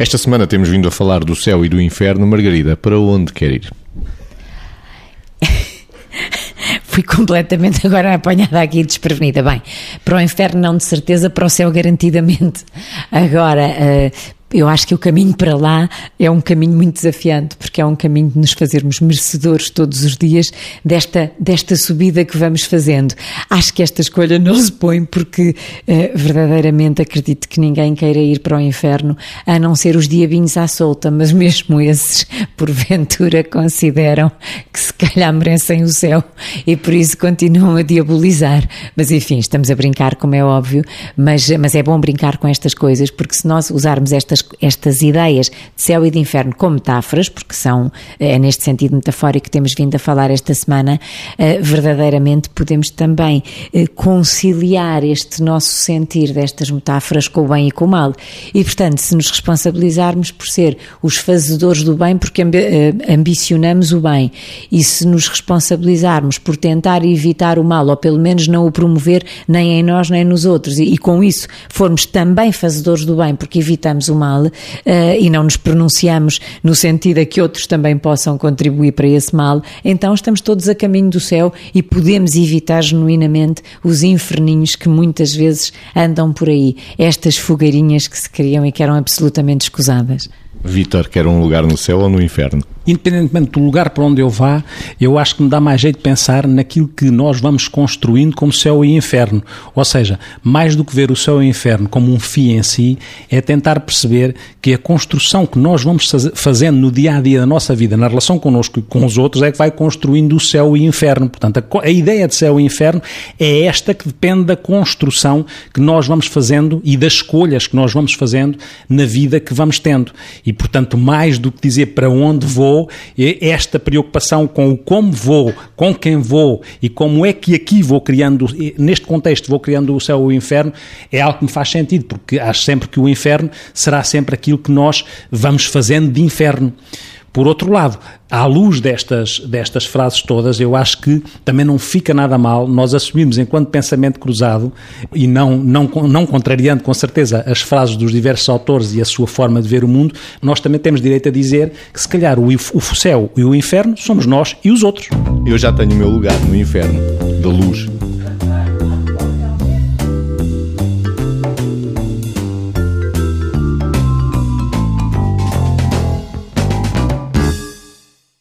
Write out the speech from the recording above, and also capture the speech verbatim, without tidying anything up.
Esta semana temos vindo a falar do céu e do inferno. Margarida, para onde quer ir? Fui completamente agora apanhada aqui desprevenida. Bem, para o inferno não de certeza, para o céu garantidamente. Agora, uh, eu acho que o caminho para lá é um caminho muito desafiante, porque é um caminho de nos fazermos merecedores todos os dias desta, desta subida que vamos fazendo. Acho que esta escolha não se põe porque uh, verdadeiramente acredito que ninguém queira ir para o inferno, a não ser os diabinhos à solta, mas mesmo esses, porventura, consideram que se calhar merecem o céu e por isso continuam a diabolizar. Mas enfim, estamos a brincar, como é óbvio, mas, mas é bom brincar com estas coisas, porque se nós usarmos estas estas ideias de céu e de inferno como metáforas, porque são, é neste sentido metafórico que temos vindo a falar esta semana, verdadeiramente podemos também conciliar este nosso sentir destas metáforas com o bem e com o mal. E, portanto, se nos responsabilizarmos por ser os fazedores do bem, porque ambicionamos o bem, e se nos responsabilizarmos por tentar evitar o mal, ou pelo menos não o promover nem em nós nem nos outros, e, e com isso formos também fazedores do bem, porque evitamos o mal, Uh, e não nos pronunciamos no sentido a que outros também possam contribuir para esse mal, então estamos todos a caminho do céu e podemos evitar genuinamente os inferninhos que muitas vezes andam por aí, estas fogueirinhas que se criam e que eram absolutamente escusadas. Vítor, quer um lugar no céu ou no inferno? Independentemente do lugar para onde eu vá, eu acho que me dá mais jeito de pensar naquilo que nós vamos construindo como céu e inferno. Ou seja, mais do que ver o céu e o inferno como um fim em si, é tentar perceber que a construção que nós vamos fazendo no dia-a-dia da nossa vida, na relação connosco e com os outros, é que vai construindo o céu e o inferno. Portanto, a, a ideia de céu e inferno é esta que depende da construção que nós vamos fazendo e das escolhas que nós vamos fazendo na vida que vamos tendo. E, portanto, mais do que dizer para onde vou, esta preocupação com o como vou, com quem vou e como é que aqui vou criando, neste contexto vou criando o céu e o inferno, é algo que me faz sentido, porque acho sempre que o inferno será sempre aquilo que nós vamos fazendo de inferno. Por outro lado, à luz destas, destas frases todas, eu acho que também não fica nada mal nós assumirmos enquanto pensamento cruzado e não, não, não contrariando com certeza as frases dos diversos autores e a sua forma de ver o mundo, nós também temos direito a dizer que se calhar o, o céu e o inferno somos nós e os outros. Eu já tenho o meu lugar no inferno, da luz.